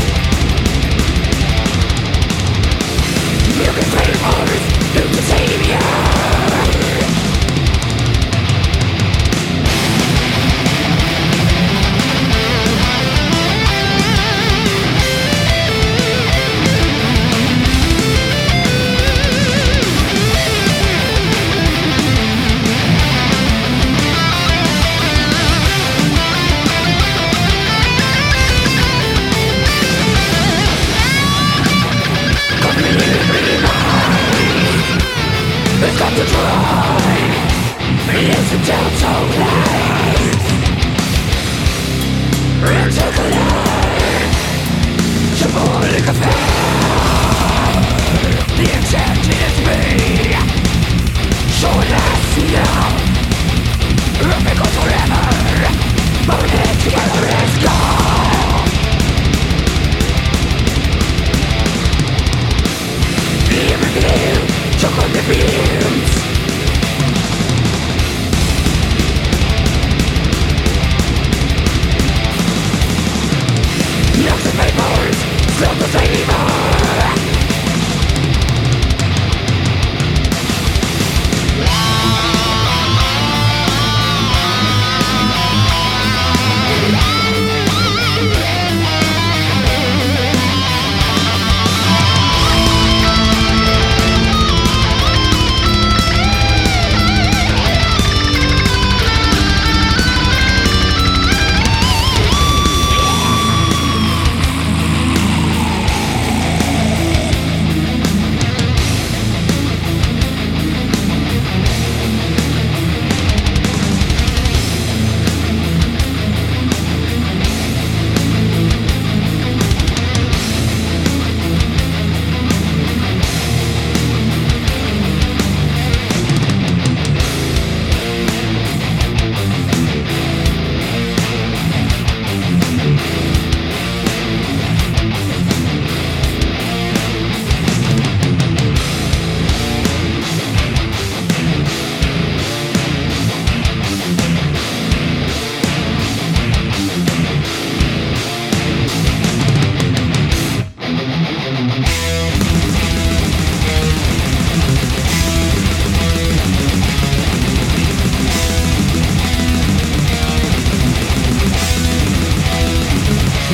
You can play hard, you can save me.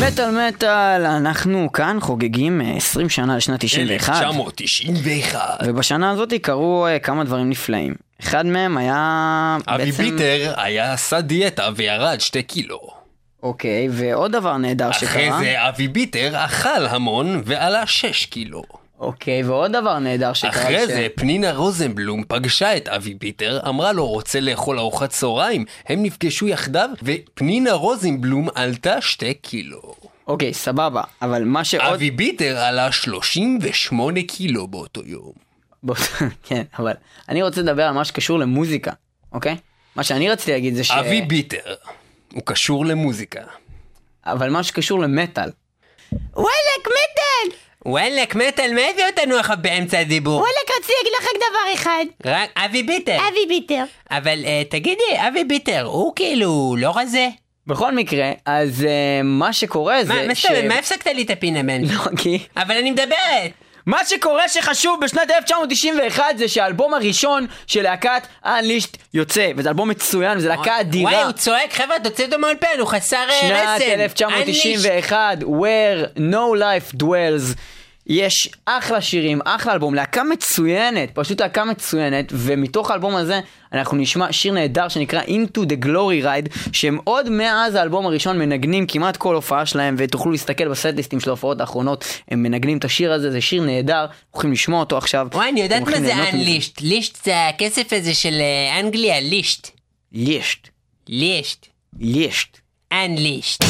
מטל מטל, אנחנו כאן חוגגים עשרים שנה לשנת תשעים ואחת. אלף תשע מאות תשעים ואחת. ובשנה הזאת קרו כמה דברים נפלאים. אחד מהם היה אבי בעצם... ביטר היה עשה דיאטה וירד שתי קילו. אוקיי, ועוד דבר נהדר שקרה. אחרי זה אבי ביטר אכל המון ועלה שש קילו. אוקיי, ועוד דבר נהדר שקרה. אחרי ש... זה פנינה רוזנבלום פגשה את אבי ביטר, אמרה לו רוצה לאכול ארוחת צהריים, הם נפגשו יחדיו ופנינה רוזנבלום עלתה שתי קילו. אוקיי, סבבה, אבל מה שעוד... אבי ביטר עלה שלושים ושמונה קילו באותו יום. בוא... כן, אבל אני רוצה לדבר על מה שקשור למוזיקה, אוקיי? מה שאני רציתי להגיד זה ש... אבי ביטר, הוא קשור למוזיקה. אבל מה שקשור למטל. וואלק, מטל! וואלק, מטל, מה הביא אותנו עכשיו באמצע הדיבור? וואלק, רציתי להגיד לך רק דבר אחד. רק אבי ביטר. אבי ביטר. אבל uh, תגידי, אבי ביטר, הוא כאילו לא רזה? בכל מקרה, אז uh, מה שקורה זה מה, ש... מה, מה הפסקת לי את הפינה, מן? לא, כי... אבל אני מדברת. מה שקורה שחשוב בשנת אלף תשע מאות תשעים ואחת זה שהאלבום הראשון של להקת Unleashed יוצא, וזה אלבום מצוין, וזה להקה אדירה. וואי, הוא צועק, חבר'ה, תוציא אותו מהאולפן, הוא חסר רסן. שנת אלף תשע מאות תשעים ואחת, Where No Life Dwells. יש אחלה שירים, אחלה אלבום, להקה מצוינת, פשוט להקה מצוינת, ומתוך האלבום הזה אנחנו נשמע שיר נהדר שנקרא Into the Glory Ride, שהם עוד מאז האלבום הראשון מנגנים כמעט כל הופעה שלהם, ותוכלו להסתכל בסטליסטים של ההופעות האחרונות, הם מנגנים את השיר הזה, זה שיר נהדר, הולכים לשמוע אותו עכשיו. וואי, אני יודעת מה זה Unleashed, לישט זה הכסף הזה של אנגליה, לישט. לישט. לישט. לישט. Unleashed.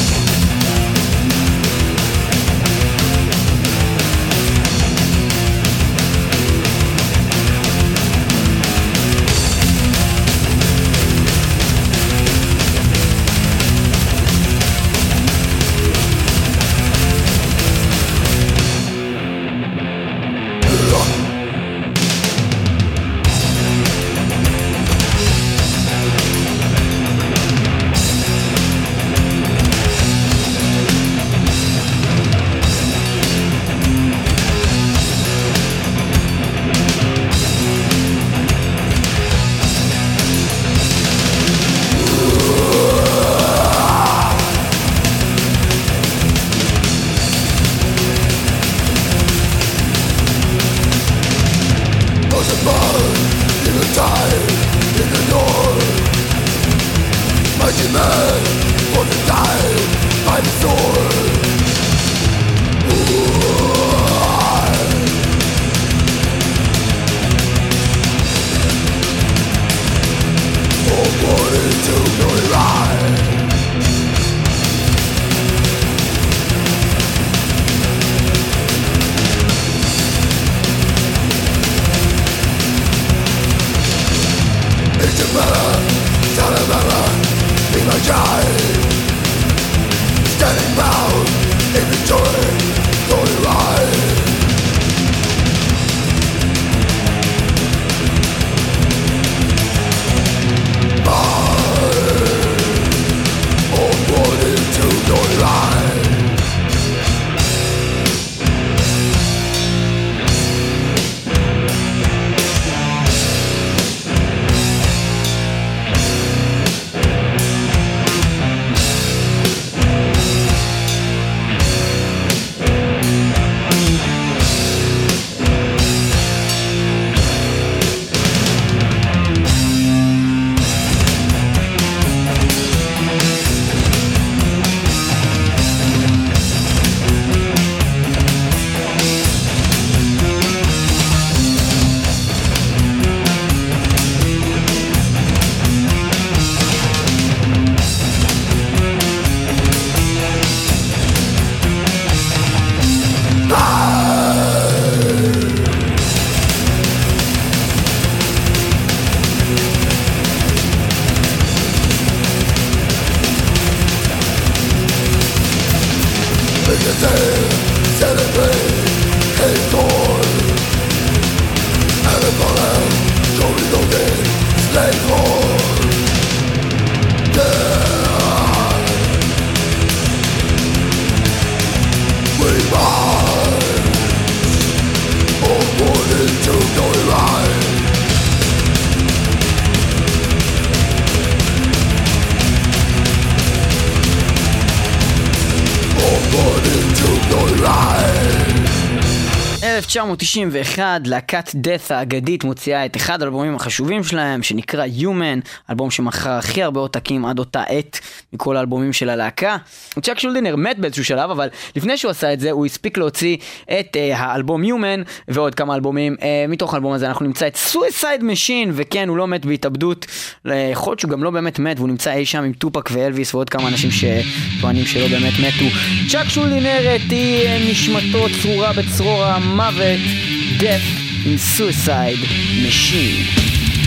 אלף תשע מאות תשעים ואחת להקת death האגדית מוציאה את אחד האלבומים החשובים שלהם שנקרא Human, אלבום שמכר הכי הרבה עותקים עד אותה עת מכל האלבומים של הלהקה. צ'אק שולדינר מת באיזשהו שלב, אבל לפני שהוא עשה את זה הוא הספיק להוציא את uh, האלבום Human ועוד כמה אלבומים. uh, מתוך האלבום הזה אנחנו נמצא את Suicide Machine, וכן, הוא לא מת בהתאבדות, יכול להיות שהוא גם לא באמת מת והוא נמצא אי שם עם טופק ואלוויס ועוד כמה אנשים שטוענים שלא באמת מתו. צ'אק שולדינר תהיה נשמתו צרורה בצרור המוות, Death in Suicide Machine.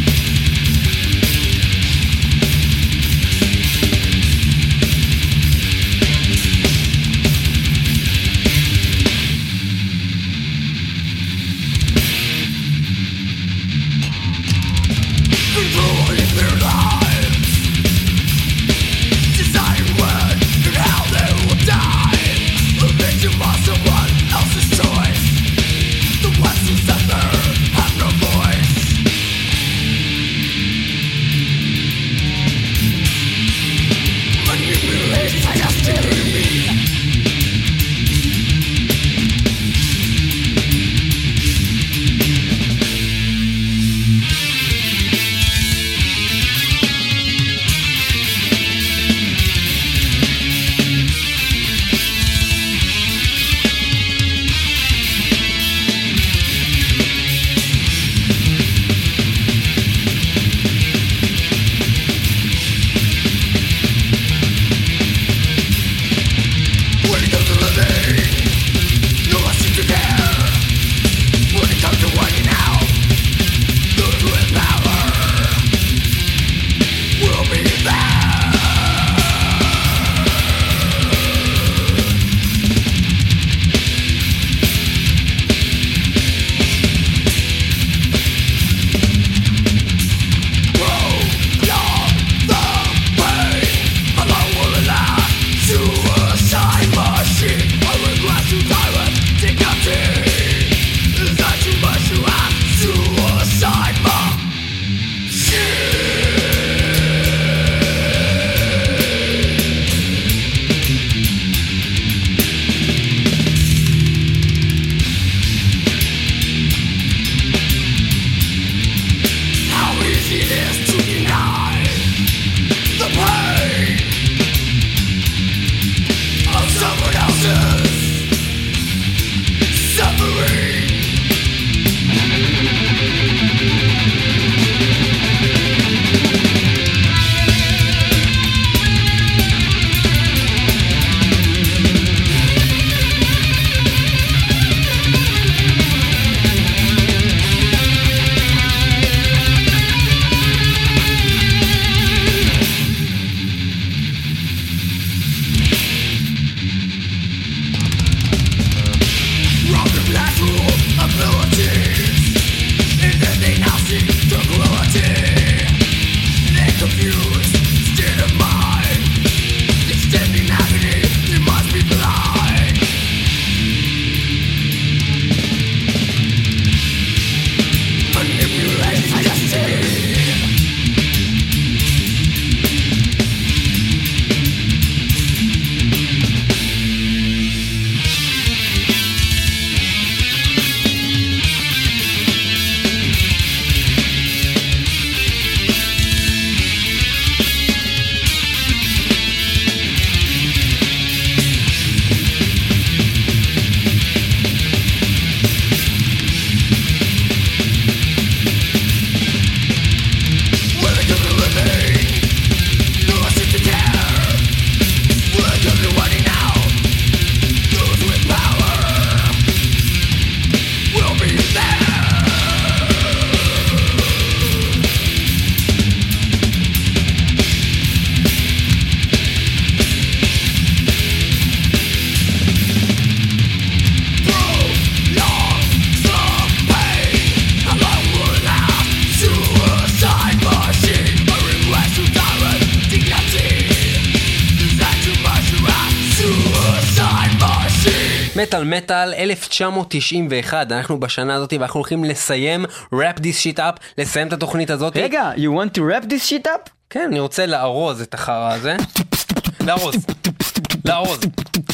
מטל מטל אלף תשע מאות תשעים ואחת, אנחנו בשנה הזאת ואנחנו הולכים לסיים wrap this shit up, לסיים את התוכנית הזאת. רגע, you want to wrap this shit up? כן, אני רוצה לארוז את החרא הזה. לארוז, לארוז,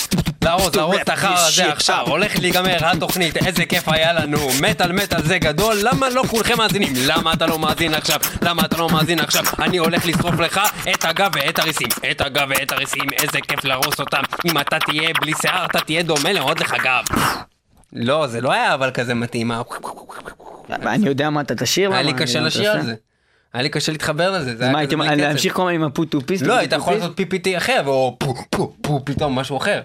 להרוס, להרוס את החר הזה עכשיו, הולך להיגמר התוכנית, איזה כיף היה לנו, מטל מטל זה גדול, למה לא כולכם מאזינים? למה אתה לא מאזין עכשיו? למה אתה לא מאזין עכשיו? אני הולך לשרוף לך את הגב ואת הריסים, את הגב ואת הריסים, איזה כיף להרוס אותם, אם אתה תהיה בלי שיער, אתה תהיה דומה לעוד לך גב. לא, זה לא היה אבל כזה מתאים. אני יודע מה אתה תשאיר. היה לי קשה לשיר על זה. היה לי קשה להתחבר לזה. מה, הייתי להמשיך כל הזמן עם הפוטופיסט? לא, היית יכול לעשות פי פי טי אחר, או פו פו פו פתאום משהו אחר.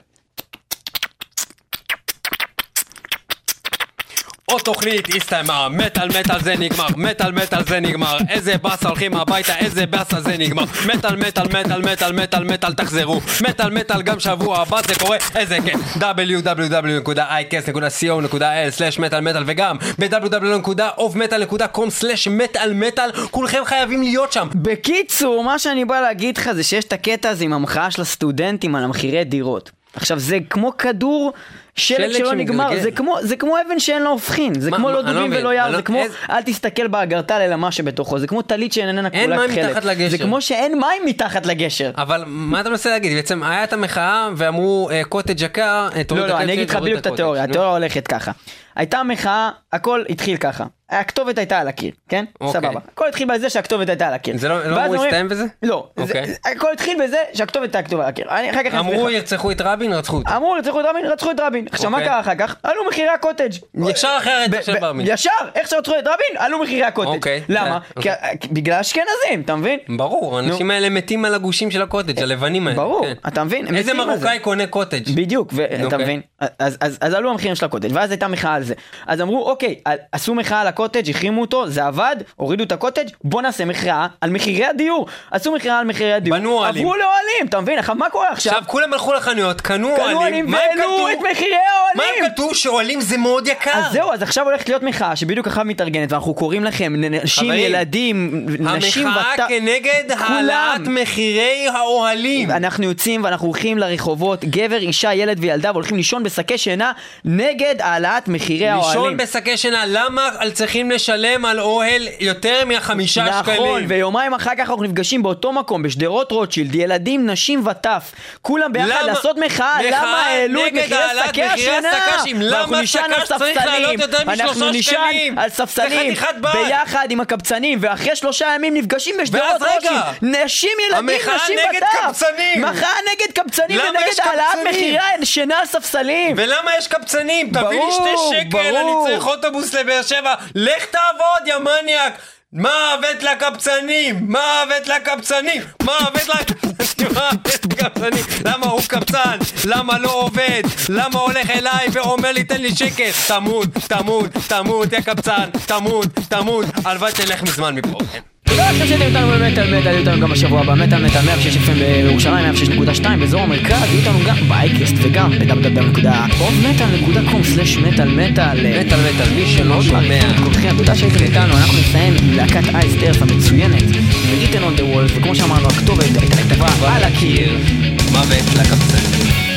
עוד תוכנית הסתיימה, מטל מטל זה נגמר, מטל מטל זה נגמר, איזה באס הולכים הביתה, איזה באס הזה נגמר, מטל מטל מטל מטל מטל מטל תחזרו, מטל מטל גם שבוע הבא זה קורה, איזה כן, דאבליו דאבליו דאבליו נקודה איי קאסט נקודה סי או נקודה איי אל סלש מטל מטל וגם ב-דאבליו דאבליו דאבליו נקודה אוף מטל נקודה קום סלש מטל מטל, כולכם חייבים להיות שם. בקיצור, מה שאני בא להגיד לך זה שיש את הקטע הזה עם המחאה של הסטודנטים על המחירי דירות. עכשיו זה כמו כדור שלג שלא נגמר, זה כמו, זה כמו אבן שאין לו הופכין, זה כמו לא דובים ולא יער, זה כמו אל תסתכל באגרטל אלא מה שבתוכו, זה כמו טלית שאיננה כולה תכלת, זה כמו שאין מים מתחת לגשר. אבל מה אתה מנסה להגיד? בעצם היה את המחאה ואמרו קוטג' יקר, לא לא, אני אגיד לך בדיוק את התיאוריה, התיאוריה הולכת ככה, הייתה מחאה, הכל התחיל ככה, הכתובת הייתה על הקיר, כן? סבבה. הכל התחיל בזה שהכתובת הייתה על הקיר. זה לא אמרו להסתיים בזה? לא. הכל התחיל בזה שהכתובת הייתה כתובה על הקיר. אמרו ירצחו את רבין, רצחו אותו. אמרו ירצחו את רבין, רצחו את רבין. עכשיו מה קרה אחר כך? עלו מחירי הקוטג'. ישר אחרי הרצח של רבין. ישר, איך שרצחו את רבין, עלו מחירי הקוטג'. למה? בגלל אשכנזים, אתה מבין? ברור, האנשים האלה מתים על הגושים של הקוטג', הלבנים האלה. ברור, אתה מבין? איזה מרוקאי קונה קוטג'? בדיוק, אתה מבין? אז עלו המחירים של הקוטג' ואז הייתה מחאה על זה. אז אמרו, אוקיי, עשו מחאה על הקוטג', החרימו אותו, זה עבד, הורידו את הקוטג', בוא נעשה מחאה על מחירי הדיור. עשו מחאה על מחירי הדיור. בנו אוהלים. עברו לאוהלים, אתה מבין? עכשיו מה קורה עכשיו? עכשיו כולם הלכו לחנויות, קנו אוהלים, והעלו את מחירי האוהלים. מה הם כתוב? שאוהלים זה מאוד יקר. אז זהו, אז עכשיו הולכת להיות מחאה שבדיוק אחת מתארגנת, ואנחנו קוראים לכם, נשים, ילדים, נשים וטף. המחאה כנגד העלאת מחירי האוהלים. אנחנו יוצאים ואנחנו הולכים לרחובות, גבר, אישה, ילד וילדה, והולכים לישון בשקי שינה נגד העלאת מחירי האוהלים. לישון בשקי שינה, למה צריכים לשלם על אוהל יותר מחמישה שקלים? נכון, ויומיים אחר כך אנחנו נפגשים באותו מקום, בשדרות רוטשילד, ילדים, נשים וטף, כולם ביחד לעשות מחאה, למה העלו את מחירי שקי השינה? למה שקש צריך לעלות יותר משלושה שקלים? על ספסלים, ביחד עם הקבצנים, ואחרי שלושה ימים נפגשים בשדרות רוטשילד, נשים, ילדים, נשים וטף, מחאה נגד קבצנים ונגד העלאת מחירי שינה על ספסלים. ולמה יש קבצנים? תביא לי שתי שקל, אני צריך אוטובוס לבאר שבע, לך תעבוד יא מניאק. מה הבאת לקבצנים? מה הבאת לקבצנים? מה הבאת לקבצנים? למה הוא קבצן? למה לא עובד? למה הולך אליי ואומר לי תן לי שקט? תמות, תמות, תמות יא קבצן, תמות, תמות, הלוואי תלך מזמן מפה. תודה לכם שאתם איתנו במטל מטל, יהיו איתנו גם בשבוע הבא, מטל מטל מאה ושש אף אם בירושלים, מאה ושש נקודה שתיים באזור המרכז, יהיו איתנו גם באייקסט וגם ב-דאבליו דאבליו דאבליו נקודה אוף מטל נקודה קום סלש מטל מטל. מטל מטל, מי שלא שומע. תודה שהייתם איתנו, אנחנו נסיים עם להקת אייסטרס המצוינת, Written on the Walls, וכמו שאמרנו, הכתובת הייתה כתובה על הקיר. מוות לקבצנים.